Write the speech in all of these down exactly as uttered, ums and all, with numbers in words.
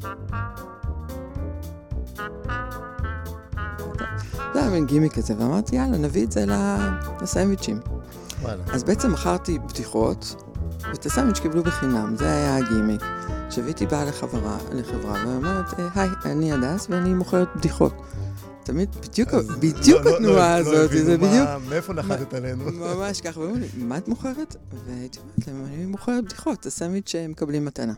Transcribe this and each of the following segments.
זה היה מין גימיק כזה, ואמרתי, יאללה, נביא את זה לסנדוויצ'ים. אז בעצם מכרתי בדיחות, ואת הסנדוויץ' קיבלו בחינם, זה היה הגימיק. שביתי באה לחברה, לחברה, ואומרת, היי, אני הדס, ואני מוכרת בדיחות. תמיד, בדיוק, בדיוק התנועה הזאת, זה בדיוק... מאיפה נחתת עלינו? ממש ככה, ואומרים לי, מה את מוכרת? והייתי אומרת להם, אני מוכרת בדיחות, הסנדוויץ' שהם מקבלים מתנה.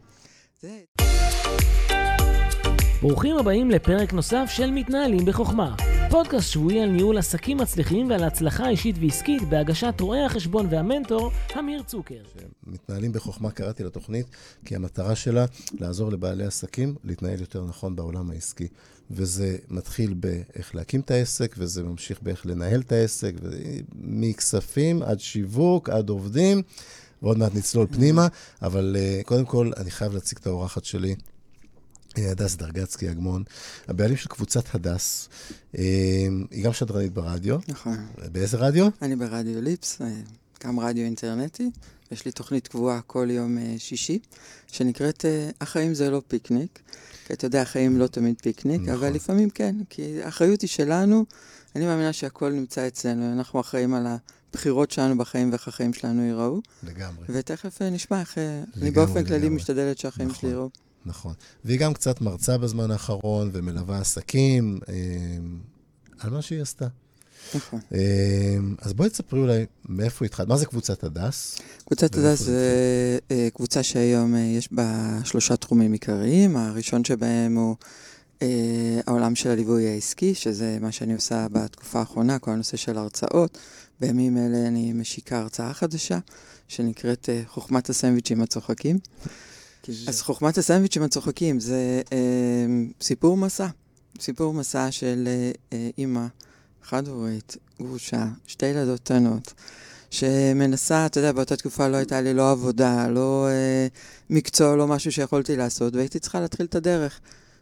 ברוכים הבאים לפרק נוסף של מתנהלים בחוכמה. פודקאסט שבועי על ניהול עסקים מצליחים ועל הצלחה אישית ועסקית בהגשת רואה החשבון והמנטור, אמיר צוקר. מתנהלים בחוכמה קראתי לתוכנית, כי המטרה שלה לעזור לבעלי עסקים להתנהל יותר נכון בעולם העסקי. וזה מתחיל באיך להקים את העסק, וזה ממשיך באיך לנהל את העסק, מכספים עד שיווק, עד עובדים, ועוד מעט נצלול פנימה, אבל uh, קודם כל אני חייב להציג את האורחת שלי, הדס דרגצקי אגמון, הבעלים של קבוצת הדס, היא גם שדרנית ברדיו. נכון. באיזה רדיו? אני ברדיו ליפס, גם רדיו אינטרנטי. יש לי תוכנית קבועה כל יום שישי, שנקראת החיים זה לא פיקניק, כי אתה יודע, החיים לא תמיד פיקניק, נכון. אבל לפעמים כן, כי האחריות היא שלנו, אני מאמינה שהכל נמצא אצלנו, אנחנו אחראים על הבחירות שלנו בחיים ואיך החיים שלנו ייראו. לגמרי. ותכף נשמע איך, אני באופן כללי משתדלת שהחיים נכון. שלי ייראו. נכון. והיא גם קצת מרצה בזמן האחרון, ומלווה עסקים, אה, על מה שהיא עשתה. נכון. אה, אז בואי תספרי אולי מאיפה התחלת. מה זה קבוצת הדס? קבוצת הדס זה אה, קבוצה שהיום אה, יש בה שלושה תחומים עיקריים. הראשון שבהם הוא אה, העולם של הליווי העסקי, שזה מה שאני עושה בתקופה האחרונה, כל הנושא של הרצאות. בימים אלה אני משיקה הרצאה חדשה, שנקראת אה, חוכמת הסנדוויצ'ים הצוחקים. אז חוכמת הסנדוויצ'ים הצוחקים זה אה, סיפור מסע, סיפור מסע של אה, אימא חד-הורית, גרושה, שתי ילדות קטנות, שמנסה, אתה יודע, באותה תקופה לא הייתה לי לא עבודה, לא אה, מקצוע, לא משהו שיכולתי לעשות, והייתי צריכה להתחיל את הדרך.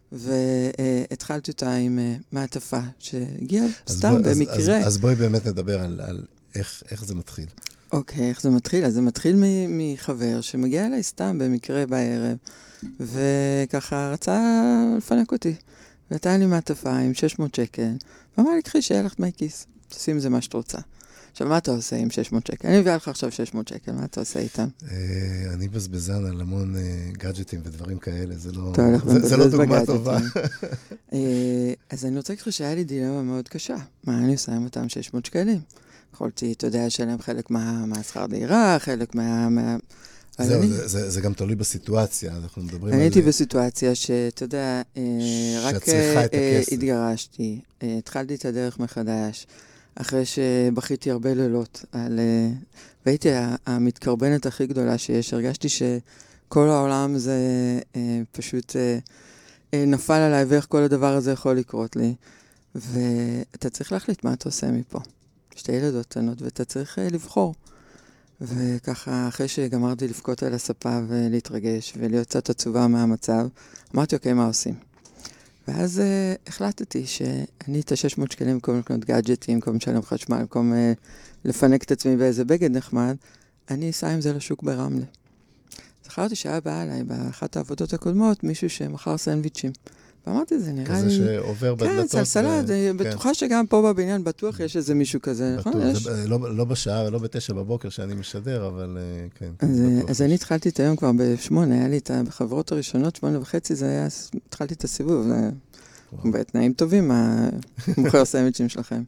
והתחלתי אותה עם אה, מעטפה שהגיעה סתם בוא, במקרה. אז, אז, אז בואי באמת נדבר על, על איך, איך זה מתחיל. אוקיי, איך זה מתחיל? אז זה מתחיל מ- מחבר שמגיע אליי סתם במקרה בערב, וככה רצה לפנק אותי. ונתן לי מעטפה עם שש מאות שקל, ואמר לי, קחי שיהיה לך דמי כיס, תשים זה מה שאת רוצה. עכשיו, מה אתה עושה עם שש מאות שקל? אני מביאה לך עכשיו שש מאות שקל, מה אתה עושה איתם? אני בזבזן על המון גאדג'טים ודברים כאלה, זה לא דוגמה טובה. אז אני רוצה לקחת שהיה לי דילמה מאוד קשה. מה אני עושה עם אותם שש מאות שקלים? יכולתי, אתה יודע, שלהם חלק מהשכר דירה, חלק מה... זהו, זה גם תלוי בסיטואציה, אנחנו מדברים על... אני הייתי בסיטואציה שאתה יודע, רק התגרשתי, התחלתי את הדרך מחדש, אחרי שבכיתי הרבה לילות, והייתי המתקרבנת הכי גדולה שיש, הרגשתי שכל העולם זה פשוט נפל עליי, ואיך כל הדבר הזה יכול לקרות לי, ואתה צריך להחליט מה אתה עושה מפה. שתי ילדות קטנות, ואתה צריך לבחור. וככה, אחרי שגמרתי לבכות על הספה ולהתרגש ולהיות קצת עצובה מהמצב, אמרתי, אוקיי, מה עושים? ואז uh, החלטתי שאני את ה-שש מאות שקלים במקום לקנות גאדג'טים, במקום לשלם חשמל, במקום uh, לפנק את עצמי באיזה בגד נחמד, אני אסע עם זה לשוק ברמלה. זכרתי שהיה בא עליי באחת העבודות הקודמות מישהו שמכר סנדוויצ'ים. ואמרתי, זה נראה לי... כזה שעובר בדלתות. כן, סלסלת, בטוחה שגם פה בבניין בטוח יש איזה מישהו כזה, נכון? לא בשעה ולא בתשע בבוקר שאני משדר, אבל כן. אז אני התחלתי את היום כבר בשמונה, היה לי את החברות הראשונות, שמונה וחצי, זה היה, התחלתי את הסיבוב, בתנאים טובים, המוכר סנדוויצ'ים שלכם.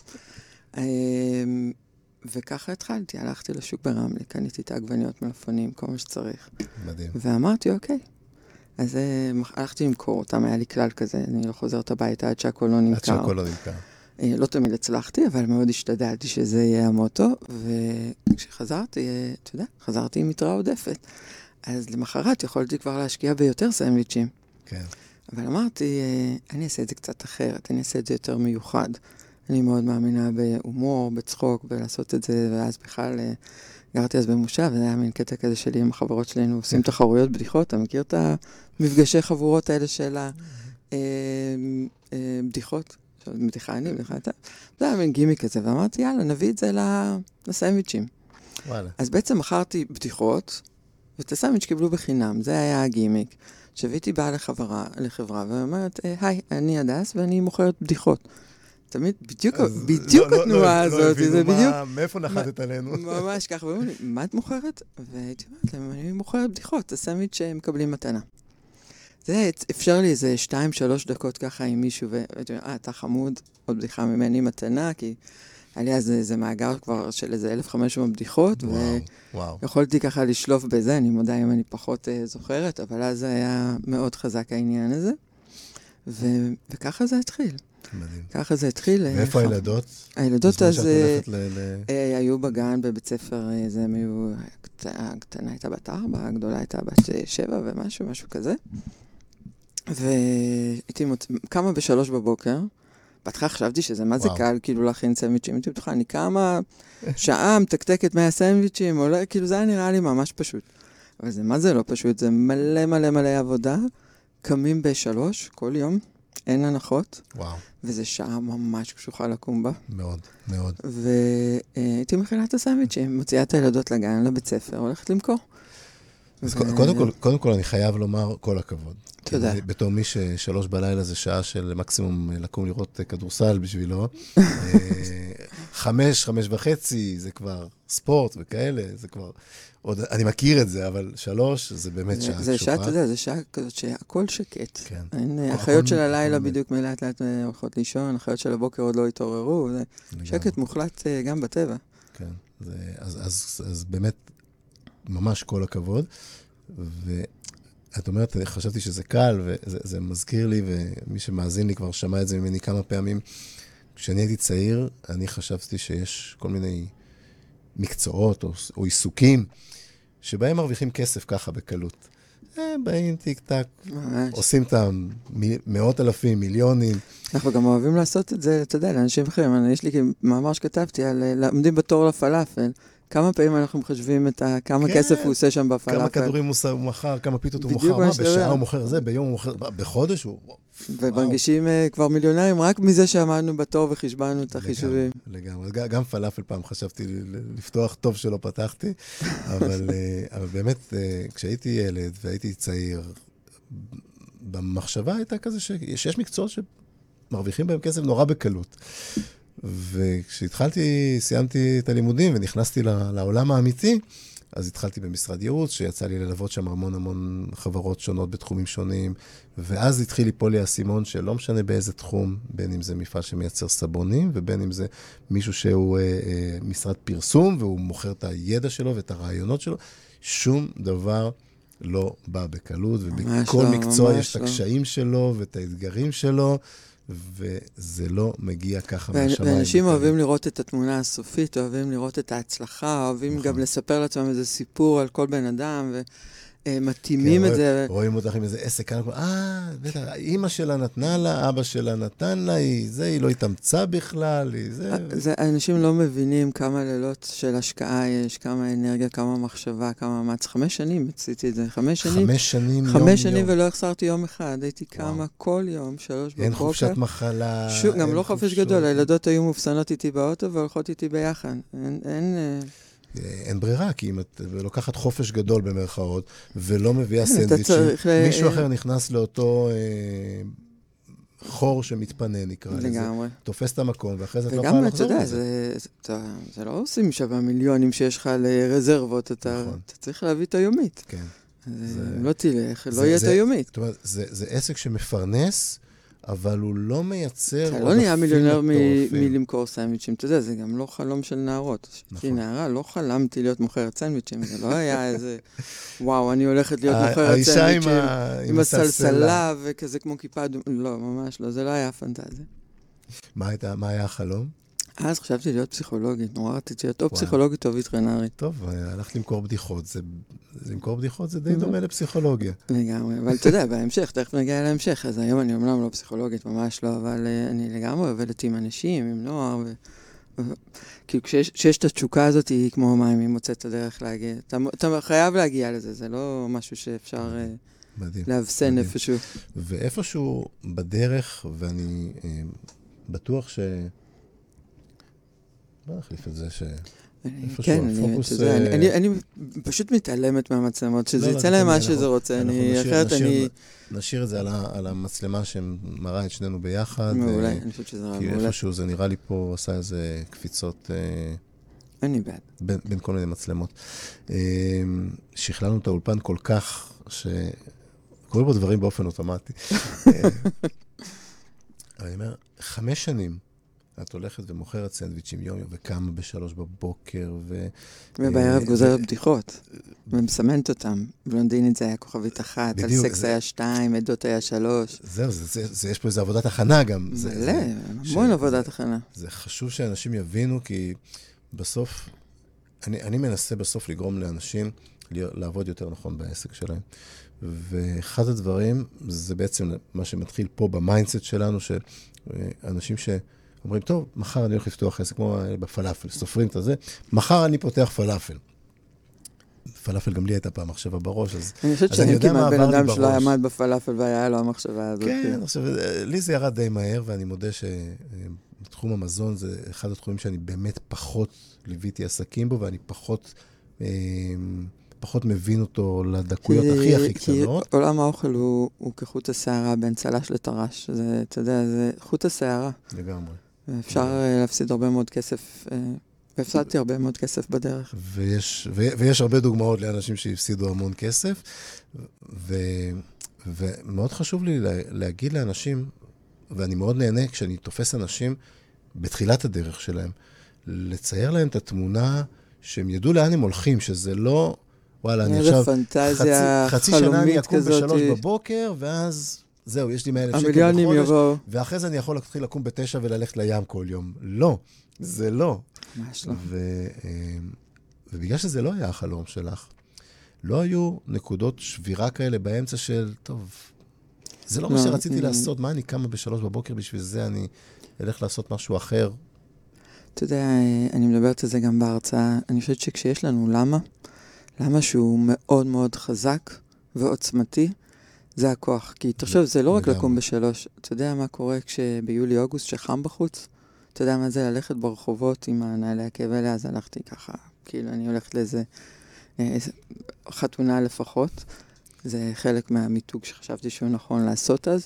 וככה התחלתי, הלכתי לשוק ברמלה, קניתי את העגבניות מלפפונים, כל מה שצריך. מדהים. ואמרתי, אוקיי. אז הלכתי למכור אותם, היה לי כלל כזה, אני לא חוזרת הביתה עד שהכל לא נמכר. עד שהכל לא נמכר. לא תמיד הצלחתי, אבל מאוד השתדלתי שזה יהיה המוטו, וכשחזרתי, אתה יודע, חזרתי עם יתרה עודפת. אז למחרת יכולתי כבר להשקיע ביותר סנדוויצ'ים. כן. אבל אמרתי, אני אעשה את זה קצת אחרת, אני אעשה את זה יותר מיוחד. אני מאוד מאמינה בהומור, בצחוק, בלעשות את זה, ואז בכלל... גרתי אז במושב, וזה היה מין קטע כזה שלי עם החברות שלנו, עושים תחרויות בדיחות, אתה מכיר את המפגשי חבורות האלה של הבדיחות? בדיחה אני, בדיחה אתה. זה היה מין גימיק כזה, ואמרתי, יאללה, נביא את זה לסנדוויצ'ים. וואלה. אז בעצם מכרתי בדיחות, ואת הסנדוויץ' קיבלו בחינם, זה היה הגימיק. שוויתי באה לחברה, לחברה, ואומרת, היי, אני הדס, ואני מוכרת בדיחות. תמיד, בדיוק, בדיוק לא, התנועה לא, הזאת, לא זה הבינו בדיוק... מה, מאיפה נחתת עלינו? ממש ככה, ואומרים לי, מה את מוכרת? והייתי אומרת להם, אני מוכרת בדיחות, הסנדוויץ' שהם מקבלים מתנה. זה אפשר לי איזה שתיים, שלוש דקות ככה עם מישהו, והייתי אומרת, אה, אתה חמוד, עוד בדיחה ממני מתנה, כי היה לי אז איזה מאגר כבר של איזה אלף וחמש מאות בדיחות, ויכולתי ככה לשלוף בזה, אני מודה אם אני פחות זוכרת, אבל אז זה היה מאוד חזק העניין הזה, וככה זה התחיל. מדהים. ככה זה התחיל. ואיפה הילדות? הילדות אז היו בגן בבית ספר, הם היו, הקטנה הייתה בת ארבע, הגדולה הייתה בת שבע ומשהו, משהו כזה. והייתי קמה בשלוש בבוקר, בהתחלה חשבתי שזה מה זה קל, כאילו להכין סנדוויצ'ים, הייתי בטוחה, אני קמה שעה, מתקתקת מאה סנדוויצ'ים, כאילו זה היה נראה לי ממש פשוט. אבל זה מה זה לא פשוט, זה מלא מלא מלא עבודה, קמים בשלוש כל יום, אין הנחות. וואו. וזה שעה ממש קשוחה לקום בה. מאוד, מאוד. והייתי מכינה את הסנדוויצ'ים, מוציאה את הילדות לגן, לבית ספר, הולכת למכור. אז קודם כל, קודם כל אני חייב לומר כל הכבוד. תודה. בתור מי ששלוש בלילה זה שעה של מקסימום לקום לראות כדורסל בשבילו. חמש, חמש וחצי, זה כבר ספורט וכאלה, זה כבר... עוד, אני מכיר את זה, אבל שלוש, זה באמת שעה קשוחה. זה שעה, אתה יודע, זה שעה כזאת שהכל שקט. כן. החיות של הלילה בדיוק מלאט לאט הולכות לישון, החיות של הבוקר עוד לא התעוררו, זה שקט מוחלט גם בטבע. כן, אז באמת, ממש כל הכבוד, ואת אומרת, חשבתי שזה קל, וזה מזכיר לי, ומי שמאזין לי כבר שמע את זה ממני כמה פעמים, כשאני הייתי צעיר, אני חשבתי שיש כל מיני מקצועות או, או עיסוקים, שבהם מרוויחים כסף ככה בקלות. הם באים טיק טק, עושים אותם מאות אלפים, מיליונים. אנחנו גם אוהבים לעשות את זה, אתה יודע, לאנשים אחרים. יש לי מאמר שכתבתי על עומדים בתור לפלאפל, כמה פעמים אנחנו מחשבים את כמה כסף הוא עושה שם בפלאפל. כמה כדורים הוא מחר, כמה פיתות הוא מוכר, מה, בשעה הוא מוכר זה, ביום הוא מוכר, בחודש הוא... ומרגישים כבר מיליונרים, רק מזה שעמדנו בתור וחשבנו את החישובים. לגמרי, גם פלאפל פעם חשבתי לפתוח, טוב שלא פתחתי, אבל באמת, כשהייתי ילד והייתי צעיר, במחשבה הייתה כזה שיש מקצועות שמרוויחים בהם כסף נורא בקלות. וכשהתחלתי, סיימתי את הלימודים ונכנסתי לעולם האמיתי, אז התחלתי במשרד ייעוץ, שיצא לי ללוות שם המון המון חברות שונות בתחומים שונים, ואז התחיל ליפול לי האסימון שלא משנה באיזה תחום, בין אם זה מפעל שמייצר סבונים, ובין אם זה מישהו שהוא אה, אה, משרד פרסום, והוא מוכר את הידע שלו ואת הרעיונות שלו, שום דבר לא בא בקלות, ובכל לא, מקצוע יש לא. את הקשיים שלו ואת האתגרים שלו, וזה לא מגיע ככה מהשמיים. ואנשים אוהבים לראות את התמונה הסופית, אוהבים לראות את ההצלחה, אוהבים גם לספר לעצמם איזה סיפור על כל בן אדם, ומתאימים את זה. רואים אותך עם איזה עסק כאן, אה, בטח, אמא שלה נתנה לה, אבא שלה נתן לה, זה, היא לא התאמצה בכלל, זה... אנשים לא מבינים כמה לילות של השקעה יש, כמה אנרגיה, כמה מחשבה, כמה מאמץ. חמש שנים עשיתי את זה, חמש שנים. חמש שנים, יום, חמש שנים ולא החסרתי יום אחד, הייתי כמה כל יום, שלוש בבוקר. אין חופשת מחלה. גם לא חופש גדול, הילדות היו מופסנות איתי באוטו והולכות איתי ביחד. אין... אין ברירה, כי אם את לוקחת חופש גדול במרכאות, ולא מביאה סנדוויצ'ים, מישהו אחר נכנס לאותו חור שמתפנה, נקרא לזה. לגמרי. תופס את המקום, ואחרי זה את לא יכולה לחזור לזה. זה לא עושים שווה מיליונים שיש לך לרזרבות, אתה צריך להביא את היומית. כן. אם לא תלך, לא יהיה את היומית. זאת אומרת, זה עסק שמפרנס, אבל הוא לא מייצר... אתה לא נהיה מיליונר מלמכור סנדוויצ'ים, אתה יודע, זה גם לא חלום של נערות. כי נערה, לא חלמתי להיות מוכרת סנדוויצ'ים, זה לא היה איזה, וואו, אני הולכת להיות מוכרת סנדוויצ'ים עם הסלסלה וכזה כמו כיפה אדומה, לא, ממש לא, זה לא היה פנטזיה. מה היה החלום? אז חשבתי להיות פסיכולוגית, נורא רציתי להיות או פסיכולוגית או ויטרינרית. טוב, הלכת למכור בדיחות, למכור בדיחות זה די דומה לפסיכולוגיה. לגמרי, אבל אתה יודע, בהמשך, תכף נגיע להמשך, אז היום אני אומנם לא פסיכולוגית, ממש לא, אבל אני לגמרי עובדת עם אנשים, עם נוער, כאילו כשיש את התשוקה הזאת, היא כמו מים, היא מוצאת את הדרך להגיע. אתה חייב להגיע לזה, זה לא משהו שאפשר להבסן איפשהו. ואיפשהו בדרך, ואני בטוח ש... בוא נחליף את זה ש... כן, אני פשוט מתעלמת מהמצלמות, שזה יצא להם מה שזה רוצה, אחרת אני... נשאיר את זה על המצלמה שמראה את שנינו ביחד. מעולה, אני חושבת שזה רע מעולה. כי איפשהו זה נראה לי פה עשה איזה קפיצות... אני בעד. בין כל מיני מצלמות. שכללנו את האולפן כל כך, שקוראים בו דברים באופן אוטומטי. אני אומר, חמש שנים, את הולכת ומוכרת סנדוויצ'ים יום יום, וקמה בשלוש בבוקר, ו... ובערב גוזרת בדיחות, ומסמנת אותם. בלונדינית זה היה כוכבית אחת, על סקס היה שתיים, עדות היה שלוש. זהו, יש פה איזו עבודת הכנה גם. מלא, המון עבודת הכנה. זה חשוב שאנשים יבינו, כי בסוף, אני מנסה בסוף לגרום לאנשים לעבוד יותר נכון בעסק שלהם. ואחד הדברים, זה בעצם מה שמתחיל פה במיינדסט שלנו, שאנשים ש... אומרים, טוב, מחר אני הולך לפתוח עסק, כמו בפלאפל, סופרים את זה, מחר אני פותח פלאפל. פלאפל גם לי הייתה פעם מחשבה בראש, אז אני חושבת שאני כמעט בן אדם שלא עמד בפלאפל והיה לו המחשבה הזאת. כן, עכשיו, לי זה ירד די מהר, ואני מודה שתחום המזון זה אחד התחומים שאני באמת פחות ליוויתי עסקים בו, ואני פחות... פחות מבין אותו לדקויות הכי הכי קטנות. כי עולם האוכל הוא, הוא כחוט השערה בין צלש לטרש. זה, אתה יודע, זה חוט השערה. לגמרי. אפשר להפסיד הרבה מאוד כסף, והפסדתי הרבה מאוד כסף בדרך. ויש, ויש הרבה דוגמאות לאנשים שהפסידו המון כסף, ו, ומאוד חשוב לי להגיד לאנשים, ואני מאוד נהנה כשאני תופס אנשים בתחילת הדרך שלהם, לצייר להם את התמונה שהם ידעו לאן הם הולכים, שזה לא... וואלה, אני עכשיו חצי, חצי שנה אני אקום בשלוש בבוקר, ואז זהו, יש לי מאה אלף שקל בחודש, ואחרי זה אני יכול להתחיל לקום בתשע וללכת לים כל יום. לא, זה לא. ממש לא. ו, ובגלל שזה לא היה החלום שלך, לא היו נקודות שבירה כאלה באמצע של, טוב, זה לא מה שרציתי לעשות, מה אני קמה בשלוש בבוקר, בשביל זה אני אלך לעשות משהו אחר. אתה יודע, אני מדברת על זה גם בהרצאה, אני חושבת שכשיש לנו למה, למה שהוא מאוד מאוד חזק ועוצמתי, זה הכוח. כי תחשוב, זה לא רק לקום בשלוש. אתה יודע מה קורה כשביולי-אוגוסט שחם בחוץ? אתה יודע מה זה ללכת ברחובות עם הנעלי עקב האלה? אז הלכתי ככה, כאילו אני הולכת לאיזה חתונה לפחות. זה חלק מהמיתוג שחשבתי שהוא נכון לעשות אז.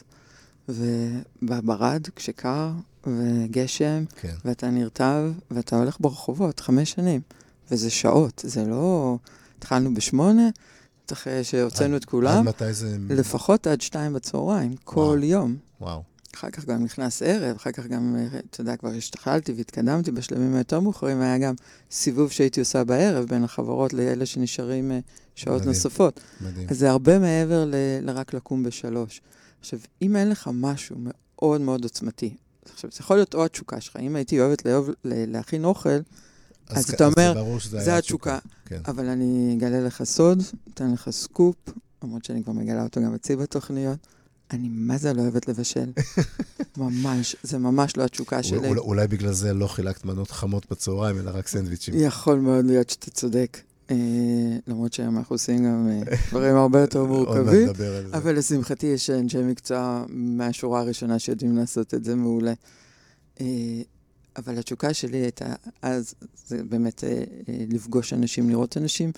ובברד, כשקר וגשם, כן. ואתה נרטב, ואתה הולך ברחובות חמש שנים. וזה שעות, זה לא... התחלנו בשמונה, אחרי שהוצאנו את כולם, עד מתי זה... לפחות עד שתיים בצהריים, כל וואו. יום. וואו. אחר כך גם נכנס ערב, אחר כך גם, אתה יודע, כבר השתחלתי והתקדמתי בשלבים היותר מאוחרים, היה גם סיבוב שהייתי עושה בערב בין החברות לאלה שנשארים שעות מדהים. נוספות. מדהים. אז זה הרבה מעבר ל- לרק לקום בשלוש. עכשיו, אם אין לך משהו מאוד מאוד עוצמתי, עכשיו, זה יכול להיות או התשוקה שלך, אם הייתי אוהבת לאהוב, להכין אוכל, אז, אז אתה אומר, זה, זה התשוקה. כן. אבל אני אגלה לך סוד, אתן לך סקופ, למרות שאני כבר מגלה אותו גם אצלי בתוכניות, אני מה זה לא אוהבת לבשל. ממש, זה ממש לא התשוקה שלי. אולי, אולי בגלל זה לא חילקת מנות חמות בצהריים, אלא רק סנדוויצ'ים. יכול מאוד להיות שאתה צודק. אה, למרות שהיום אנחנו עושים גם אה, דברים הרבה יותר מורכבים. אבל לשמחתי יש אנשי מקצוע מהשורה הראשונה שיודעים לעשות את זה מעולה. אה, אבל התשוקה שלי הייתה, אז זה באמת אה, אה, לפגוש אנשים, לראות אנשים,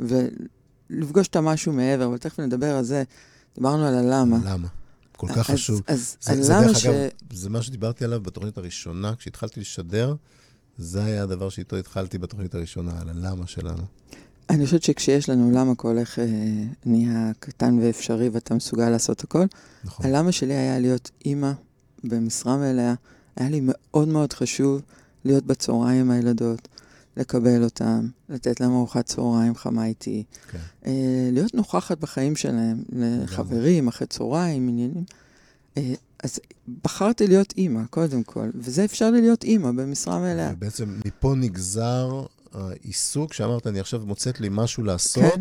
ולפגוש את המשהו מעבר, אבל תכף נדבר על זה, דיברנו על הלמה. למה? כל כך אז, חשוב. אז זה, זה הלמה דרך ש... אגב, זה מה שדיברתי עליו בתוכנית הראשונה, כשהתחלתי לשדר, זה היה הדבר שאיתו התחלתי בתוכנית הראשונה, על הלמה שלנו. אני חושבת שכשיש לנו למה כל איך אה, נהיה קטן ואפשרי, ואתה מסוגל לעשות הכל, נכון. הלמה שלי היה להיות אימא במשרה מלאה, היה לי מאוד מאוד חשוב להיות בצהריים עם הילדות, לקבל אותם, לתת להם ארוחת צהריים חמה איתי, okay. אה, להיות נוכחת בחיים שלהם, לחברים, אחרי צהריים, עניינים. אה, אז בחרתי להיות אימא, קודם כל, וזה אפשר לי להיות אימא במשרה מלאה. ובעצם מפה נגזר העיסוק, שאמרת, אני עכשיו מוצאת לי משהו לעשות, כן.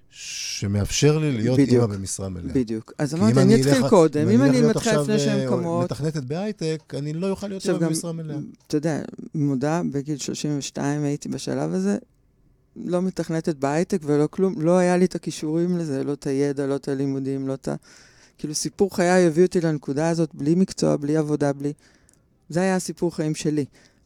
שמאפשר לי להיות בדיוק, אימא במשרה מלאה. בדיוק. אז אמרתי, אני אתחיל קודם, אם אני מתחיל לפני שהם כמות... מתכנתת בהייטק, אני לא יוכל להיות אימא במשרה מלאה. אתה יודע, מודע, בגיל שלושים ושתיים הייתי בשלב הזה, לא מתכנתת בהייטק ולא כלום, לא היה לי את הכישורים לזה, לא את הידע, לא את הלימודים, לא את ה... כאילו סיפור חיי הביא אותי לנקודה הזאת, בלי מקצוע, בלי עבודה, בלי... זה היה הסיפור חיים שלי.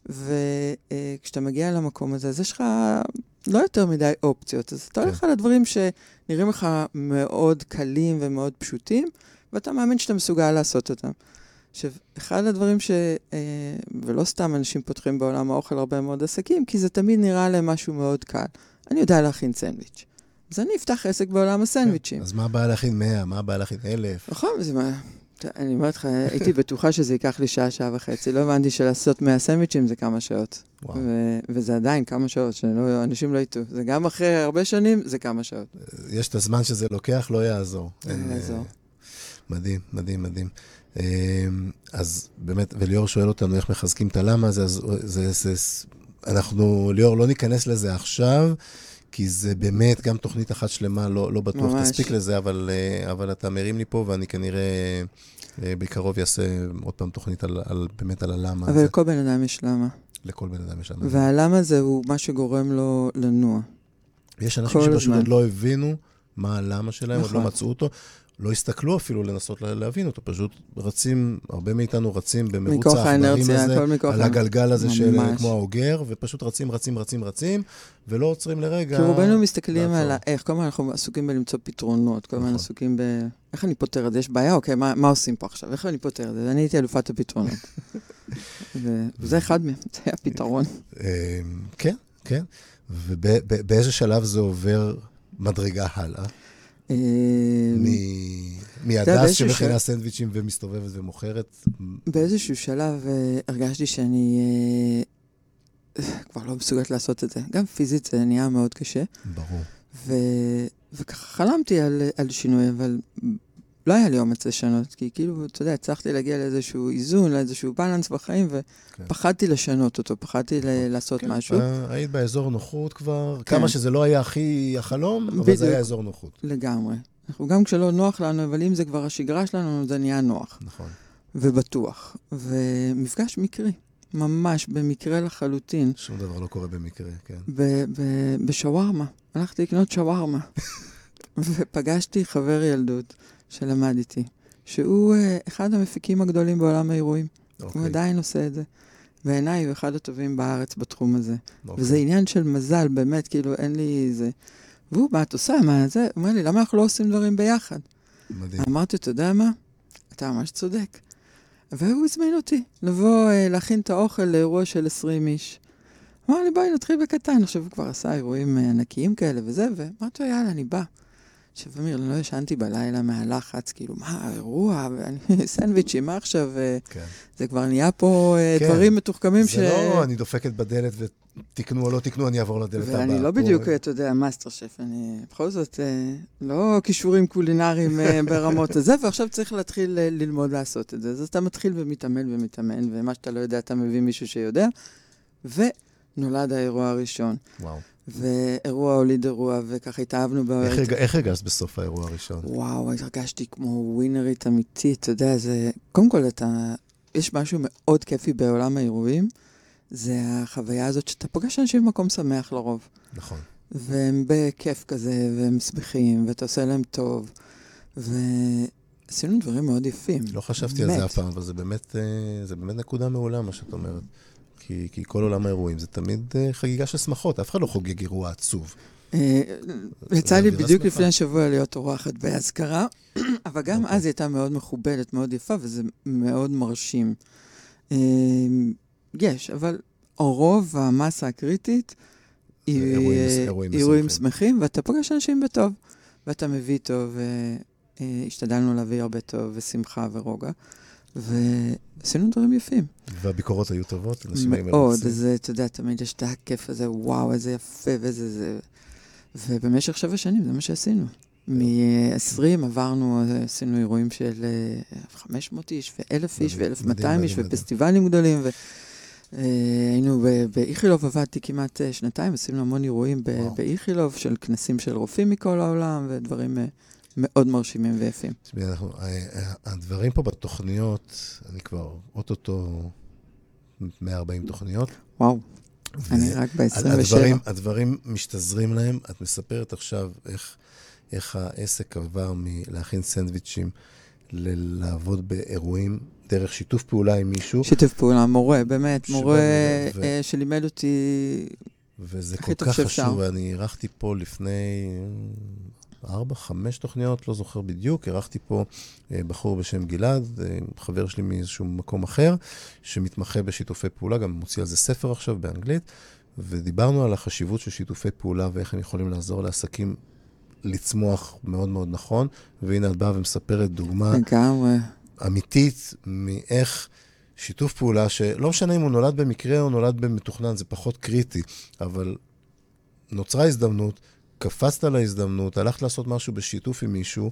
וכשאתה מגיע למקום הזה, אז יש לך לא יותר מדי אופציות. אז אתה הולך על הדברים שנראים לך מאוד קלים ומאוד פשוטים, ואתה מאמין שאתה מסוגל לעשות אותם. עכשיו, אחד הדברים ש... ולא סתם אנשים פותחים בעולם האוכל הרבה מאוד עסקים, כי זה תמיד נראה להם משהו מאוד קל. אני יודע להכין סנדוויץ'. אז אני אפתח עסק בעולם הסנדוויצ'ים. אז מה הבעיה להכין מאה? מה הבעיה להכין אלף? נכון, זה מה... אני אומרת לך, הייתי בטוחה שזה ייקח לי שעה, שעה וחצי. לא הבנתי שלעשות מאה סנדוויצ'ים זה כמה שעות. וזה עדיין כמה שעות, שאנשים לא יטעו. זה גם אחרי הרבה שנים, זה כמה שעות. יש את הזמן שזה לוקח, לא יעזור. לא יעזור. מדהים, מדהים, מדהים. אז באמת, וליאור שואל אותנו איך מחזקים את הלמה הזה, אז זה, זה, אנחנו, ליאור, לא ניכנס לזה עכשיו, כי זה באמת גם תוכנית אחת שלמה, לא, לא בטוח ממש. תספיק לזה, אבל, אבל אתה מרים לי פה, ואני כנראה בקרוב יעשה עוד פעם תוכנית על, על, באמת על הלמה אבל הזה. אבל לכל בן אדם יש למה. לכל בן אדם יש למה. והלמה הזה הוא מה שגורם לו לנוע. יש אנשים שפשוט עוד לא הבינו מה הלמה שלהם, נכון. עוד לא מצאו אותו. לא הסתכלו אפילו לנסות להבין אותו, פשוט רצים, הרבה מאיתנו רצים במרוץ האחברים הזה, על הגלגל הזה של כמו האוגר, ופשוט רצים, רצים, רצים, רצים, ולא עוצרים לרגע. כי רובנו מסתכלים על איך, כל הזמן אנחנו עסוקים בלמצוא פתרונות, כל הזמן עסוקים ב... איך אני פותר את זה? יש בעיה? אוקיי, מה עושים פה עכשיו? איך אני פותר את זה? אני הייתי אלופת הפתרונות. וזה אחד מהם, זה היה פתרון. כן, כן. ובאיזה שלב זה עובר מדרגה הלאה? מהדס שמכינה סנדוויצ'ים ומסתובבת ומוכרת. באיזשהו שלב הרגשתי שאני כבר לא מסוגלת לעשות את זה. גם פיזית זה נהיה מאוד קשה. ברור. וככה חלמתי על שינוי, אבל לא היה לי אומץ לשנות, כי כאילו, אתה יודע, הצלחתי להגיע לאיזשהו איזון, לאיזשהו בלנס בחיים, ופחדתי לשנות אותו, פחדתי לעשות משהו. היית באזור נוחות כבר, כמה שזה לא היה הכי החלום, אבל זה היה אזור נוחות. לגמרי. אנחנו גם כשלא נוח לנו, אבל אם זה כבר השגרה שלנו, זה נהיה נוח. נכון. ובטוח. ומפגש מקרי, ממש במקרה לחלוטין. שום דבר לא קורה במקרה, כן. בשווארמה. הלכתי לקנות שווארמה. ופגשתי חבר ילדות. שלמד איתי, שהוא uh, אחד המפיקים הגדולים בעולם האירועים. Okay. הוא עדיין עושה את זה. בעיניי הוא אחד הטובים בארץ בתחום הזה. Okay. וזה עניין של מזל, באמת, כאילו אין לי זה. והוא בא, את עושה, מה זה? הוא אומר לי, למה אנחנו לא עושים דברים ביחד? מדהים. אמרתי, אתה יודע מה? אתה ממש צודק. והוא הזמין אותי לבוא uh, להכין את האוכל לאירוע של עשרים איש. אמר לי, בואי נתחיל בקטן. עכשיו הוא כבר עשה אירועים uh, ענקיים כאלה וזה, ואמרתי, יאללה, אני בא. עכשיו, אמיר, אני לא ישנתי בלילה מהלחץ, כאילו, מה, אירוע, ואני סנדוויצ'ים, מה עכשיו? כן. זה כבר נהיה פה כן. דברים מתוחכמים זה ש... זה לא, אני דופקת בדלת ותקנו או לא תקנו, אני אעבור לדלת הבאה. ואני לא בדיוק, פה... אתה יודע, מאסטר שף, אני בכל זאת, לא כישורים קולינריים ברמות הזה, ועכשיו צריך להתחיל ללמוד לעשות את זה. אז אתה מתחיל ומתאמן ומתאמן, ומה שאתה לא יודע, אתה מביא מישהו שיודע, ונולד האירוע הראשון. וואו. ואירוע הוליד אירוע, וככה התאהבנו ב... איך הרגשת בסוף האירוע הראשון? וואו, הרגשתי כמו ווינרית אמיתית, אתה יודע, זה... קודם כל, אתה... יש משהו מאוד כיפי בעולם האירועים, זה החוויה הזאת שאתה פוגש אנשים במקום שמח לרוב. נכון. והם בכיף כזה, והם שמחים, ואתה עושה להם טוב, ועשינו דברים מאוד יפים. לא חשבתי על זה אף פעם, אבל זה באמת, זה באמת נקודה מעולה, מה שאת אומרת. כי, כי כל עולם האירועים זה תמיד uh, חגיגה של שמחות, אף אחד לא חוגג אירוע עצוב. יצא לי בדיוק לפני השבוע להיות אורחת בהזכרה, אבל גם אז היא הייתה מאוד מכובדת, מאוד יפה, וזה מאוד מרשים. יש, אבל הרוב, המסה הקריטית, אירועים שמחים, ואתה פוגש אנשים בטוב, ואתה מביא טוב, והשתדלנו להביא הרבה טוב, ושמחה ורוגע. ועשינו דברים יפים. והביקורות היו טובות? מאוד, אז אתה יודע, תמיד יש את הכיף הזה, וואו, איזה יפה, ואיזה זה. ובמשך שבע שנים זה מה שעשינו. מ-עשרים עברנו, עשינו אירועים של חמש מאות איש, ו-אלף איש, ו-אלף ומאתיים איש, ופסטיבלים גדולים, והיינו באיכילוב, עבדתי כמעט שנתיים, עשינו המון אירועים באיכילוב, של כנסים של רופאים מכל העולם, ודברים... מאוד מרשימים ויפים. הדברים פה בתוכניות, אני כבר אוטוטו מאה וארבעים תוכניות. וואו, אני רק ב-עשרים ושבע. הדברים משתזרים להם. את מספרת עכשיו איך העסק עבר מלהכין סנדוויצ'ים ל- לעבוד באירועים דרך שיתוף פעולה עם מישהו. שיתוף פעולה, מורה, באמת, מורה ו... אה, שלימד אותי וזה כל כך חשוב, אני ערכתי פה לפני ארבע, חמש תוכניות, לא זוכר בדיוק, ערכתי פה בחור בשם גלעד, חבר שלי מאיזשהו מקום אחר, שמתמחה בשיתופי פעולה, גם מוציא על זה ספר עכשיו באנגלית, ודיברנו על החשיבות של שיתופי פעולה, ואיך הם יכולים לעזור לעסקים לצמוח מאוד מאוד נכון, והנה את באה ומספרת דוגמה לגמרי. אמיתית, מאיך שיתוף פעולה, שלא משנה אם הוא נולד במקרה או נולד במתוכנן, זה פחות קריטי, אבל נוצרה הזדמנות, קפצת להזדמנות, הלכת לעשות משהו בשיתוף עם מישהו,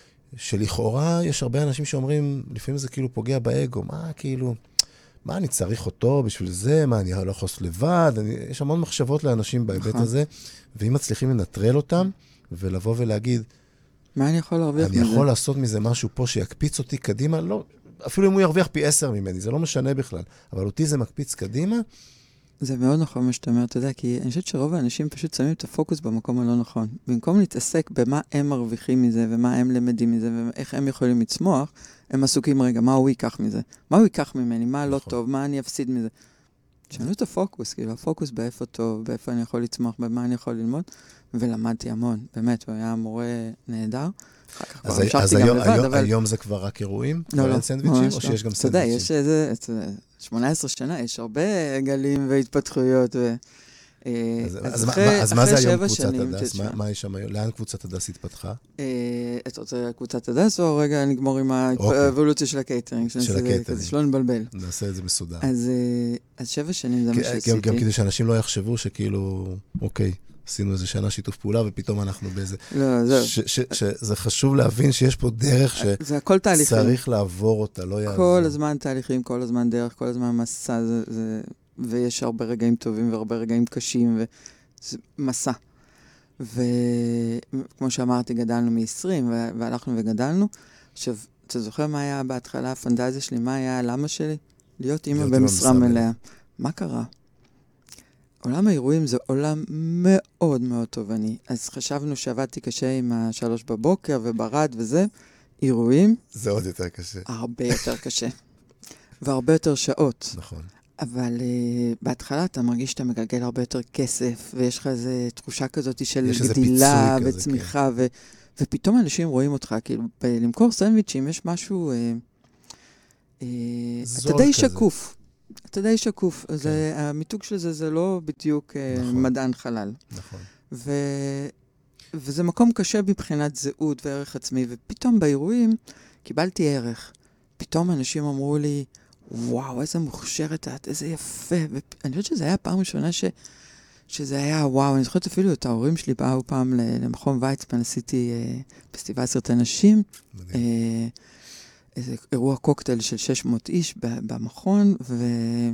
שלכאורה יש הרבה אנשים שאומרים, לפעמים זה כאילו פוגע באגו, מה כאילו, מה אני צריך אותו בשביל זה, מה אני לא יכול לעשות לבד, אני, יש המון מחשבות לאנשים בהיבט הזה, ואם מצליחים לנטרל אותם, ולבוא ולהגיד, מה אני יכול להרוויח מזה? מזה? אני יכול לעשות מזה משהו פה שיקפיץ אותי קדימה, לא, אפילו אם הוא ירוויח פי עשר ממני, זה לא משנה בכלל, אבל אותי זה מקפיץ קדימה. זה מאוד נכון מה שאתה אומר, אתה יודע, כי אני חושבת שרוב האנשים פשוט שמים את הפוקוס במקום הלא נכון. במקום להתעסק במה הם מרוויחים מזה, ומה הם למדים מזה, ואיך הם יכולים לצמוח, הם עסוקים רגע, מה הוא ייקח מזה? מה הוא ייקח ממני? מה לא טוב? מה אני אפסיד מזה? תשנו את הפוקוס, כאילו, הפוקוס באיפה טוב, באיפה אני יכול לצמוח, במה אני יכול ללמוד, ולמדתי המון, באמת, הוא היה מורה נהדר. אז, אז היום, לבד, היום, אבל... היום זה כבר רק אירועים? לא, לא, סנדוויצ'ים, או שיש גם סנדוויצ'ים? אתה יודע, יש איזה, שמונה עשרה שנה, יש הרבה גלים והתפתחויות. ו... אז, אז, אז, אחרי, מה, אז מה זה היום קבוצת הדס? מה, מה יש שם היום? לאן קבוצת הדס התפתחה? אתה רוצה קבוצת הדס, או רגע נגמור עם האבולוציה של הקייטרינג? של הקייטרינג. שלא נבלבל. נעשה את זה מסודר. אז, אז שבע שנים זה מה שעשיתי. גם כדי שאנשים לא יחשבו שכאילו, אוקיי, עשינו איזה שנה שיתוף פעולה, ופתאום אנחנו באיזה... לא, זהו. שזה חשוב להבין שיש פה דרך שצריך לעבור אותה, לא יעזור. כל הזמן תהליכים, כל הזמן דרך, כל הזמן מסע, ויש הרבה רגעים טובים והרבה רגעים קשים, וזה מסע. וכמו שאמרתי, גדלנו מ-עשרים, והלכנו וגדלנו. עכשיו, אתה זוכר מה היה בהתחלה, הפנטזיה שלי, מה היה הלמה שלי? להיות אימא במשרה מלאה. מה קרה? עולם האירועים זה עולם מאוד מאוד תובעני. אז חשבנו שעבדתי קשה עם השלוש בבוקר וברד וזה, אירועים. זה עוד יותר קשה. הרבה יותר קשה. והרבה יותר שעות. נכון. אבל uh, בהתחלה אתה מרגיש שאתה מגלגל הרבה יותר כסף, ויש לך איזו תחושה כזאת של גדילה וצמיחה, כזה, כן. ו- ופתאום אנשים רואים אותך, כאילו, ב- למכור סנדוויצ'ים יש משהו, uh, uh, אתה די כזה. שקוף. אתה די שקוף. כן. זה, המיתוג של זה, זה לא בדיוק נכון. מדען חלל. נכון. ו... וזה מקום קשה מבחינת זהות וערך עצמי, ופתאום באירועים קיבלתי ערך. פתאום אנשים אמרו לי, וואו, איזה מוכשרת את, איזה יפה. ואני חושבת שזה היה הפעם ראשונה ש... שזה היה, וואו, אני זוכרת אפילו את ההורים שלי באו פעם למכון ויצמן, עשיתי אה, פסטיבל סרטי נשים, אה, איזה אירוע קוקטייל של שש מאות איש במכון, ו...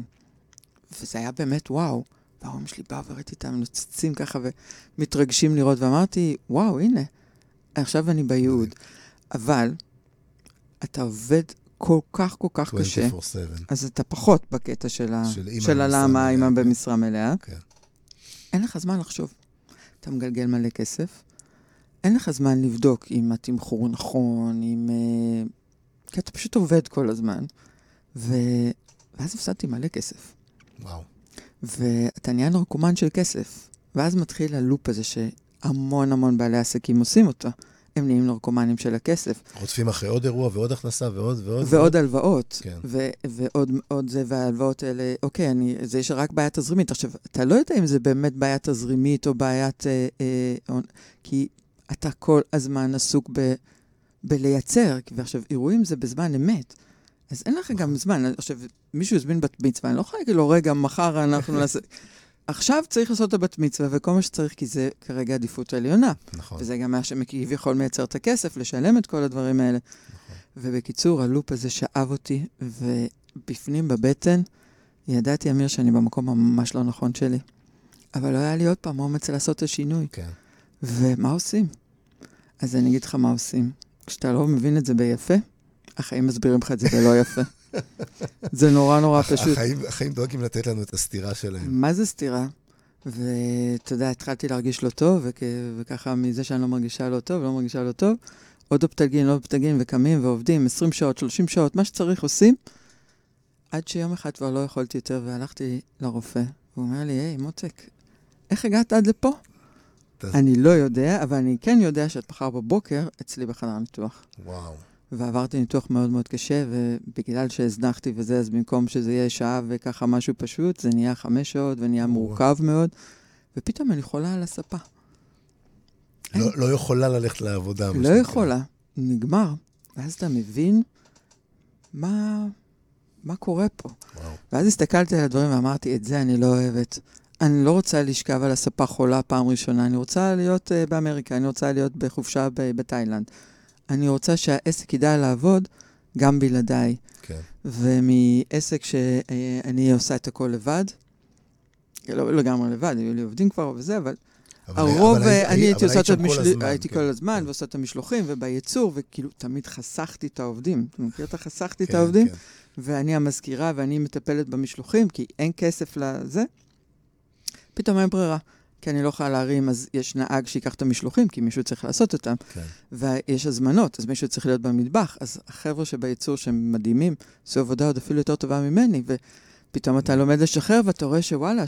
וזה היה באמת וואו. וההורים שלי באו וראיתי אותם נוצצים ככה ומתרגשים לראות, ואמרתי, וואו, הנה, עכשיו אני בייעוד. אבל אתה עובד כל כך כל כך קשה, אז אתה פחות בקטע של, ה... של הלמה אימא במשרה מלאה. כן. אין לך זמן לחשוב. אתה מגלגל מלא כסף, אין לך זמן לבדוק אם התמחור נכון, אם... כי אתה פשוט עובד כל הזמן, ו... ואז הפסדתי מלא כסף. וואו. ואתה נהיה נרקומן של כסף, ואז מתחיל הלופ הזה שהמון המון בעלי עסקים עושים אותו. הם נהיים נרקומנים של הכסף. רודפים אחרי עוד אירוע ועוד הכנסה ועוד ועוד. ועוד הלוואות. כן. ו- ועוד עוד זה, וההלוואות האלה, אוקיי, אני, זה יש רק בעיה תזרימית. עכשיו, אתה לא יודע אם זה באמת בעיה תזרימית או בעיית... אה, אה, כי אתה כל הזמן עסוק ב... בלייצר, ועכשיו, אירועים זה בזמן אמת. אז אין לך גם זמן. עכשיו, מישהו הזמין בת מצווה, אני לא יכולה להגיד לו, רגע, מחר אנחנו נעשה... עכשיו צריך לעשות את הבת מצווה, וכל מה שצריך, כי זה כרגע עדיפות העליונה. נכון. וזה גם מה שמקיב יכול מייצר את הכסף, לשלם את כל הדברים האלה. נכון. ובקיצור, הלופ הזה שאב אותי, ובפנים בבטן, ידעתי, אמיר, שאני במקום הממש לא נכון שלי. אבל לא היה לי עוד פעם אומץ לעשות את השינוי. כן. ומה עושים? אז אני אגיד לך מה עושים. כשאתה לא מבין את זה ביפה, החיים מסבירים לך את זה בלא יפה. זה נורא נורא פשוט. החיים, החיים דואגים לתת לנו את הסתירה שלהם. מה זה סתירה? ואתה יודע, התחלתי להרגיש לא טוב, וכ... וככה מזה שאני לא מרגישה לא טוב, לא מרגישה לא טוב, עוד אופטלגין, עוד אופטלגין, וקמים ועובדים עשרים שעות, שלושים שעות, מה שצריך עושים, עד שיום אחד כבר לא יכולתי יותר, והלכתי לרופא. הוא אומר לי, היי, מותק, איך הגעת עד לפה? אני לא יודע, אבל אני כן יודע שאת מחר בבוקר אצלי בחדר ניתוח. וואו. ועברתי ניתוח מאוד מאוד קשה, ובגלל שהזנחתי וזה, אז במקום שזה יהיה שעה וככה משהו פשוט, זה נהיה חמש שעות ונהיה מורכב מאוד, ופתאום אני יכולה על הספה. לא יכולה ללכת לעבודה. לא יכולה, נגמר. ואז אתה מבין מה... מה קורה פה? וואו. ואז הסתכלתי על הדברים ואמרתי, את זה אני לא אוהבת. אני לא רוצה לשכב על הספה חולה פעם ראשונה, אני רוצה להיות uh, באמריקה, אני רוצה להיות בחופשה ב- בתאילנד. אני רוצה שהעסק ידע לעבוד גם בלעדיי. כן. ומעסק שאני עושה את הכל לבד, לא לגמרי לבד, היו לי עובדים כבר וזה, אבל... הרוב, אני הייתי עושה את המשלוחים, הייתי כל הזמן, ועושה את המשלוחים, ובייצור, וכאילו תמיד חסכתי את העובדים. אתה מכיר את החסכתי את העובדים? ואני המזכירה, ואני מטפלת במשלוחים, כי אין כסף לזה. פתאום אין ברירה, כי אני לא יכולה להרים, אז יש נהג שיקח את המשלוחים, כי מישהו צריך לעשות אותם. ויש הזמנות, אז מישהו צריך להיות במטבח. אז החבר'ה שבייצור שהם מדהימים, עשו עבודה עוד אפילו יותר טובה ממני, ופתאום אתה לומד לשחרר, ואתה רואה שוואלה,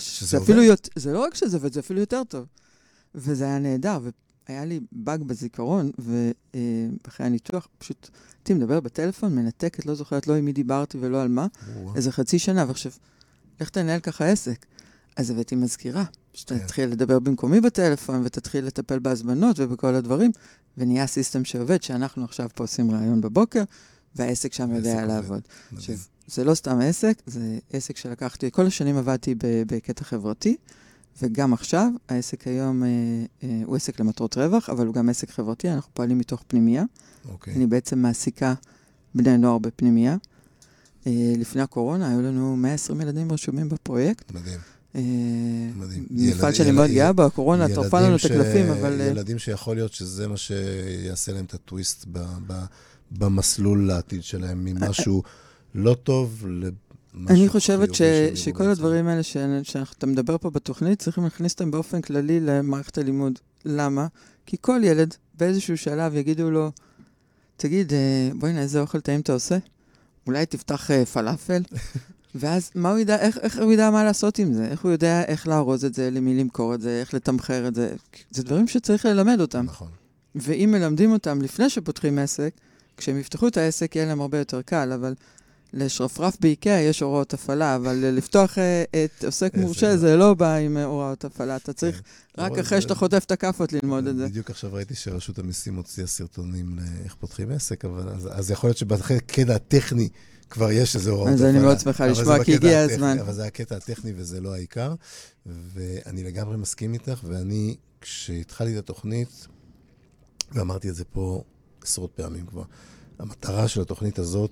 זה לא רק שזה עובד, זה אפילו יותר טוב. וזה היה נהדר, והיה לי באג בזיכרון, ואחרי הניתוח, פשוט הייתי מדבר בטלפון, מנתקת, לא זוכרת לא עם מי דיברתי ולא על מה, איזה חצי שנה, ועכשיו, איך תנהל ככה עסק? אז הבאתי מזכירה, שתתחיל לדבר במקומי בטלפון, ותתחיל לטפל בהזמנות ובכל הדברים, ונהיה סיסטם שעובד, שאנחנו עכשיו פה עושים רעיון בבוקר, והעסק שם יודע לעבוד. עכשיו, זה לא סתם עסק, זה עסק שלקחתי, כל השנים עבדתי בקטע חברתי, וגם עכשיו, העסק היום אה, אה, הוא עסק למטרות רווח, אבל הוא גם עסק חברתי, אנחנו פועלים מתוך פנימייה. Okay. אני בעצם מעסיקה בני נוער בפנימייה. אה, לפני הקורונה, היו לנו מאה ועשרים ילדים רשומים בפרויקט. מדהים. אה, מדהים. מפעל שאני מאוד גאה בו, הקורונה טרפה לנו את הקלפים, אבל... ילדים שיכול להיות שזה מה שיעשה להם את הטוויסט ב, ב, במסלול לעתיד שלהם, ממשהו לא טוב ל... אני חושבת ש, שכל הדברים האלה ש, שאתה מדבר פה בתוכנית, צריכים להכניס אותם באופן כללי למערכת הלימוד. למה? כי כל ילד באיזשהו שלב יגידו לו, תגיד, בואי נה, איזה אוכל טעים אתה עושה? אולי תפתח פלאפל? ואז מה הוא ידע, איך, איך הוא ידע מה לעשות עם זה? איך הוא יודע איך לארוז את זה, למי למכור את זה, איך לתמחר את זה? זה דברים שצריך ללמד אותם. נכון. ואם מלמדים אותם לפני שפותחים עסק, כשהם יפתחו את העסק יהיה להם הרבה יותר קל, אבל... לשרפרף באיקאה יש הוראות הפעלה, אבל לפתוח את עוסק מורשה זה לא בא עם הוראות הפעלה, אתה צריך רק אחרי שאתה חוטף את הכפות ללמוד את זה. בדיוק עכשיו ראיתי שרשות המיסים הוציאה סרטונים לאיך פותחים עסק, אבל אז יכול להיות שבקטע הטכני כבר יש איזה הוראות הפעלה. אז אני מאוד שמחה לשמוע, כי הגיע הזמן. אבל זה הקטע הטכני וזה לא העיקר, ואני לגמרי מסכים איתך, ואני, כשהתחלתי את התוכנית, ואמרתי את זה פה עשרות פעמים כבר, המטרה של התוכנית הזאת,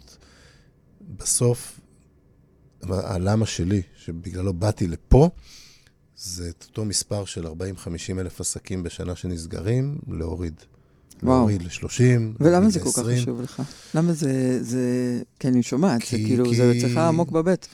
בסוף, הלמה שלי, שבגללו באתי לפה, זה את אותו מספר של ארבעים חמישים אלף עסקים בשנה שנסגרים, להוריד. וואו. להוריד ל-שלושים, ולמה זה כל כך חשוב לך? למה זה, זה, כן, אני שומעת, זה כאילו, זה אצלך עמוק בבית.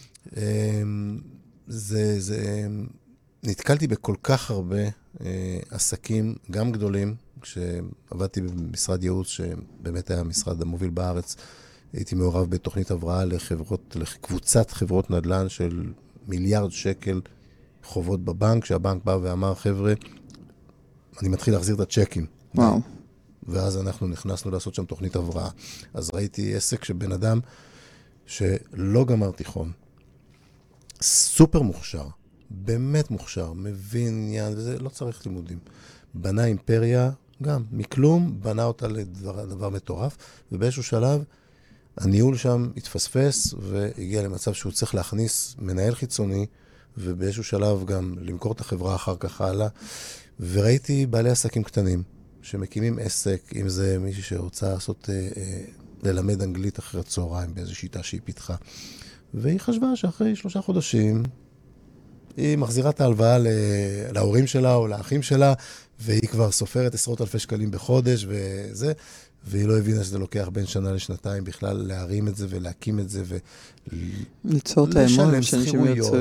זה, זה, נתקלתי בכל כך הרבה עסקים, גם גדולים, כשעבדתי במשרד ייעוץ, שבאמת היה המשרד המוביל בארץ, הייתי מעורב בתוכנית הבראה לחברות, לקבוצת חברות נדל"ן של מיליארד שקל חובות בבנק, שהבנק בא ואמר, חבר'ה, אני מתחיל להחזיר את הצ'קים. וואו. ואז אנחנו נכנסנו לעשות שם תוכנית הבראה. אז ראיתי עסק שבן אדם שלא גמר תיכון, סופר מוכשר, באמת מוכשר, מבין עניין, וזה לא צריך לימודים. בנה אימפריה, גם מכלום, בנה אותה לדבר דבר מטורף, ובאיזשהו שלב, הניהול שם התפספס, והגיע למצב שהוא צריך להכניס מנהל חיצוני, ובאיזשהו שלב גם למכור את החברה אחר כך הלאה. וראיתי בעלי עסקים קטנים, שמקימים עסק, אם זה מישהו שרוצה לעשות, אה, אה, ללמד אנגלית אחרי הצהריים, באיזו שיטה שהיא פיתחה. והיא חשבה שאחרי שלושה חודשים, היא מחזירה את ההלוואה להורים שלה או לאחים שלה, והיא כבר סופרת עשרות אלפי שקלים בחודש, וזה... והיא לא הבינה שזה לוקח בין שנה לשנתיים בכלל להרים את זה ולהקים את זה ליצור את האמון שאנשים יוצאו.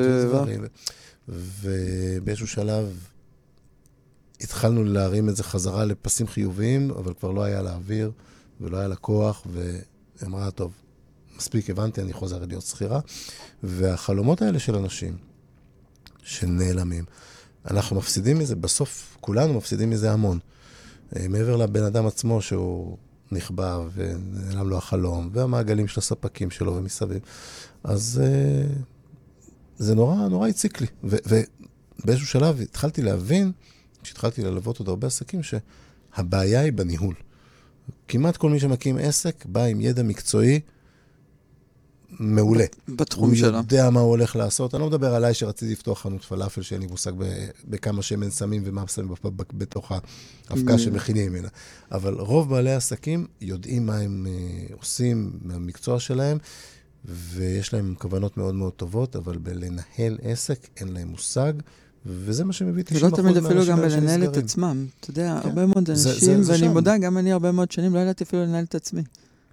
ובאיזשהו שלב התחלנו להרים את זה חזרה לפסים חיוביים, אבל כבר לא היה להעביר, ולא היה לה כוח, ואמרה, טוב, מספיק הבנתי, אני חוזר להיות שכירה. והחלומות האלה של אנשים שנעלמים, אנחנו מפסידים מזה, בסוף כולנו מפסידים מזה המון. מעבר לבן אדם עצמו שהוא נכבה ונעלם לו החלום, והמעגלים של הספקים שלו ומסביב. אז זה נורא, נורא הציק לי. ובאיזשהו שלב התחלתי להבין, כשהתחלתי ללוות עוד הרבה עסקים, שהבעיה היא בניהול. כמעט כל מי שמקים עסק בא עם ידע מקצועי מעולה. בתחום שלו. הוא יודע מה הוא הולך לעשות. אני לא מדבר עליי שרציתי לפתוח חנות פלאפל, שאין לי מושג בכמה שמן שמים ומה שמים בתוך ההפקה שמכינים ממנה. אבל רוב בעלי העסקים יודעים מה הם עושים מהמקצוע שלהם, ויש להם כוונות מאוד מאוד טובות, אבל בלנהל עסק אין להם מושג, וזה מה שמביא תשעים אחוז ולא תמיד אפילו גם בלנהל את עצמם. אתה יודע, הרבה מאוד אנשים, ואני מודה, גם אני הרבה מאוד שנים, לא ידעתי אפילו לנהל את עצמי.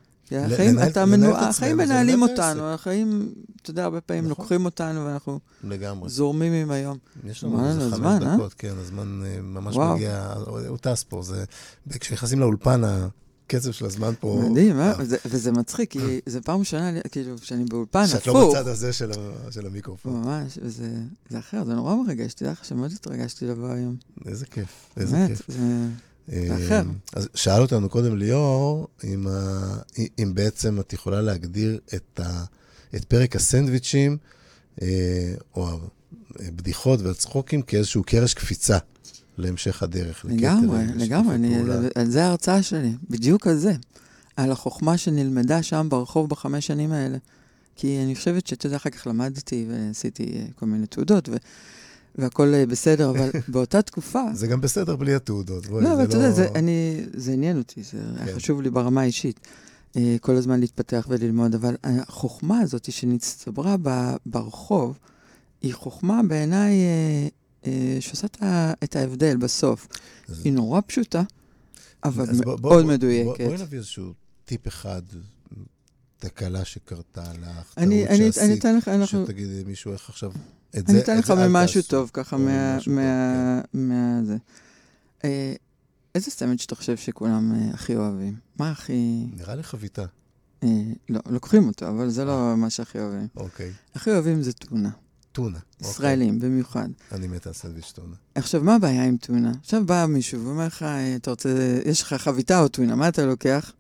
החיים מנהלים אותנו, החיים, אתה יודע, הרבה פעמים לוקחים אותנו, ואנחנו זורמים עם היום. יש לנו איזה חמש דקות, כן, הזמן ממש מגיע, הוא טס פה, כשנכנסים לאולפן, הקצב של הזמן פה... מדהים, וזה מצחיק, כי זה פעם שנה, כאילו, שאני באולפן, הפוך. שאת לא בצד הזה של המיקרופון. ממש, וזה אחר, זה נורא מרגש, תדע לך שמאוד התרגשתי לבוא היום. איזה כיף, איזה כיף. זה אחר. אז שאל אותנו קודם ליאור, אם, ה... אם בעצם את יכולה להגדיר את, ה... את פרק הסנדוויצ'ים, אה, או הבדיחות והצחוקים, כאיזשהו קרש קפיצה להמשך הדרך. לגמרי, לגמרי, אני, על זה ההרצאה שלי, בדיוק על זה, על החוכמה שנלמדה שם ברחוב בחמש שנים האלה. כי אני חושבת שאתה יודע, אחר כך למדתי ועשיתי כל מיני תעודות, ו... והכל בסדר, אבל באותה תקופה... זה גם בסדר בלי התעודות. לא, אבל אתה יודע, זה עניין אותי, זה היה חשוב לי ברמה האישית, כל הזמן להתפתח וללמוד, אבל החוכמה הזאת שנצטברה ברחוב, היא חוכמה בעיניי שעושה את ההבדל בסוף. היא נורא פשוטה, אבל מאוד מדויקת. בואי נביא איזשהו טיפ אחד, תקלה שקרתה לך, טעות שעשית, שתגידי מישהו איך עכשיו... אני אתן לך ממשהו טוב, ככה מה... זה. איזה סנדוויץ' שאתה חושב שכולם הכי אוהבים? מה הכי... נראה לי חביתה. לא, לוקחים אותו, אבל זה לא מה שהכי אוהבים. אוקיי. הכי אוהבים זה טונה. טונה. ישראלים, במיוחד. אני מת על סנדוויץ' טונה. עכשיו, מה הבעיה עם טונה? עכשיו בא מישהו ואומר לך, אתה רוצה... יש לך חביתה או טונה, מה אתה לוקח?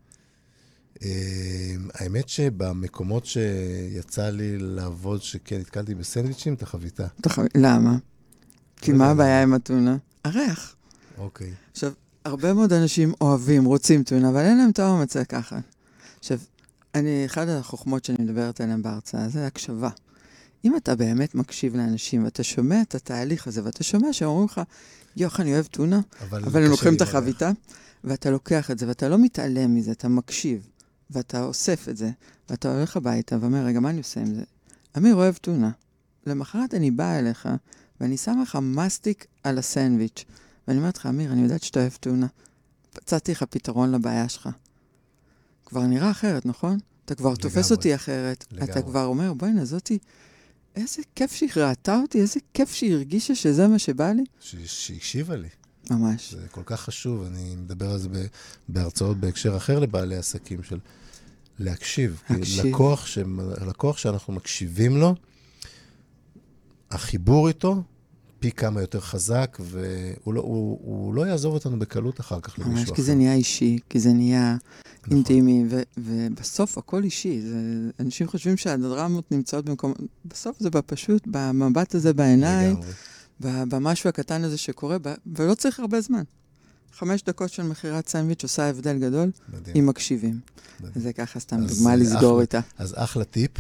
האמת שבמקומות שיצא לי לעבוד, שכן התקלתי בסנדוויצ'ים, את החביתה. למה? כי מה הבעיה עם הטונה? הריח. אוקיי. עכשיו, הרבה מאוד אנשים אוהבים, רוצים טונה, אבל אין להם את האומץ ככה. עכשיו, אני, אחד החוכמות שאני מדברת עליהן בהרצאה, זה הקשבה. אם אתה באמת מקשיב לאנשים, ואתה שומע את התהליך הזה, ואתה שומע שאומרים לך, יוח, אני אוהב טונה, אבל הם לוקחים את החביתה, ואתה לוקח את זה, ואתה לא מתעלם מזה, אתה מקשיב. ואתה אוסף את זה, ואתה הולך הביתה ואומר, רגע, מה אני עושה עם זה? אמיר אוהב טונה. למחרת אני באה אליך, ואני שמה לך מסטיק על הסנדוויץ', ואני אומרת לך, אמיר, אני יודעת שאתה אוהב טונה. פצעתי לך פתרון לבעיה שלך. כבר נראה אחרת, נכון? אתה כבר לגמרי. תופס אותי אחרת. לגמרי. אתה כבר אומר, בואי נזאתי, איזה כיף שהיא ראתה אותי, איזה כיף שהיא הרגישה שזה מה שבא לי. ש- שהקשיבה לי. ממש. זה כל כך חשוב, אני מדבר על זה בהרצאות בהקשר אחר לבעלי עסקים של להקשיב. להקשיב. לקוח, ש... לקוח שאנחנו מקשיבים לו, החיבור איתו פי כמה יותר חזק, והוא לא, הוא, הוא לא יעזוב אותנו בקלות אחר כך למישהו אחר. ממש, כי זה נהיה אישי, כי זה נהיה נכון. אינטימי, ו... ובסוף הכל אישי. זה... אנשים חושבים שהדרמות נמצאות במקום... בסוף זה בפשוט, במבט הזה בעיניים. לגמרי. במשהו הקטן הזה שקורה, ולא צריך הרבה זמן. חמש דקות של מחירת סנדוויץ' עושה הבדל גדול, אם מקשיבים. זה ככה סתם דוגמה לסגור איתה. אז אחלה טיפ.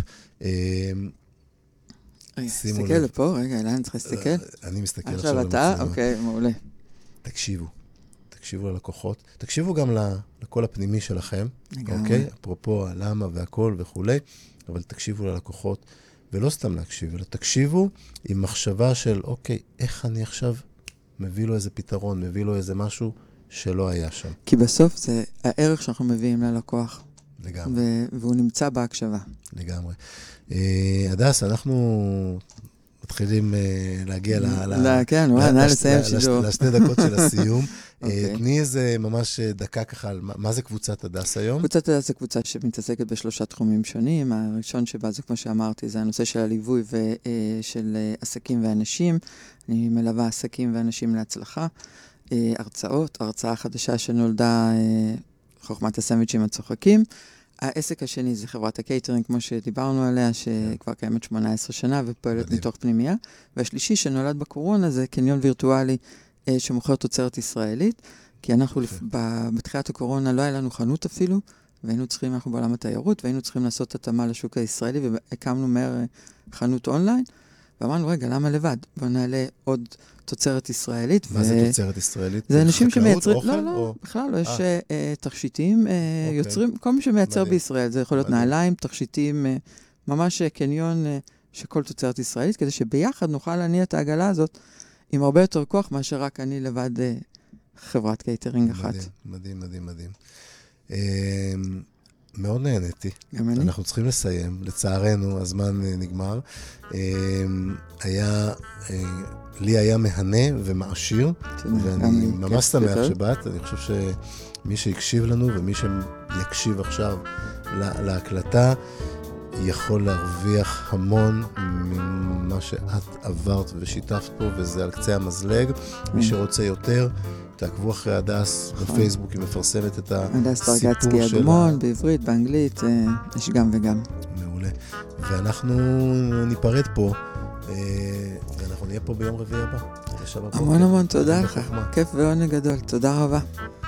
תסתכל לפה, רגע, אלה אני צריך להסתכל. אני מסתכל עכשיו אתה, אוקיי, מעולה. תקשיבו, תקשיבו ללקוחות, תקשיבו גם לקול הפנימי שלכם, אוקיי? אפרופו הלמה והכל וכולי, אבל תקשיבו ללקוחות. ולא סתם להקשיב, אלא תקשיבו עם מחשבה של, אוקיי, איך אני עכשיו מביא לו איזה פתרון, מביא לו איזה משהו שלא היה שם. כי בסוף זה הערך שאנחנו מביאים ללקוח. לגמרי. ו- והוא נמצא בהקשבה. לגמרי. הדס, אנחנו מתחילים להגיע כן, וואי, נא לסיים שידור. לשתי דקות של הסיום. תני איזה ממש דקה ככה, מה זה קבוצת הדס היום? קבוצת הדס זה קבוצה שמתעסקת בשלושה תחומים שונים. הראשון שבה זה, כמו שאמרתי, זה הנושא של הליווי ושל עסקים ואנשים. אני מלווה עסקים ואנשים להצלחה. הרצאות, הרצאה חדשה שנולדה חוכמת הסנדוויצ'ים הצוחקים. העסק השני זה חברת הקייטרינג, כמו שדיברנו עליה, שכבר קיימת שמונה עשרה שנה ופועלת מתוך פנימיה. והשלישי שנולד בקורונה זה קניון וירטואלי שמוכר תוצרת ישראלית, כי אנחנו בתחילת הקורונה לא היה לנו חנות אפילו, והיינו צריכים, אנחנו בעולם התיירות, והיינו צריכים לעשות התאמה לשוק הישראלי, והקמנו מהר חנות אונליין, ואמרנו, רגע, למה לבד? בוא נעלה עוד תוצרת ישראלית. מה זה תוצרת ישראלית? זה אנשים שמייצרים, לא, לא, בכלל לא, יש תכשיטים, יוצרים, כל מי שמייצר בישראל, זה יכול להיות נעליים, תכשיטים, ממש קניון שכל תוצרת ישראלית, כדי שביחד נוכל להניע את העגלה הזאת, עם הרבה יותר כוח מאשר רק אני לבד חברת קייטרינג אחת. מדהים, מדהים, מדהים. מאוד נהניתי. גם אני. אנחנו צריכים לסיים. לצערנו, הזמן נגמר. היה, לי היה מהנה ומעשיר, ואני ממש שמח שבאת. אני חושב שמי שהקשיב לנו ומי שיקשיב עכשיו להקלטה, יכול להרוויח המון ממה שאת עברת ושיתפת פה, וזה על קצה המזלג. מי שרוצה יותר, תעקבו אחרי הדס בפייסבוק, היא מפרסמת את הסיפור שלה. הדס דרגצקי אדמון, בעברית, באנגלית, יש גם וגם. מעולה. ואנחנו ניפרד פה, ואנחנו נהיה פה ביום רביעי הבא. המון המון תודה לך. כיף ועונג גדול. תודה רבה.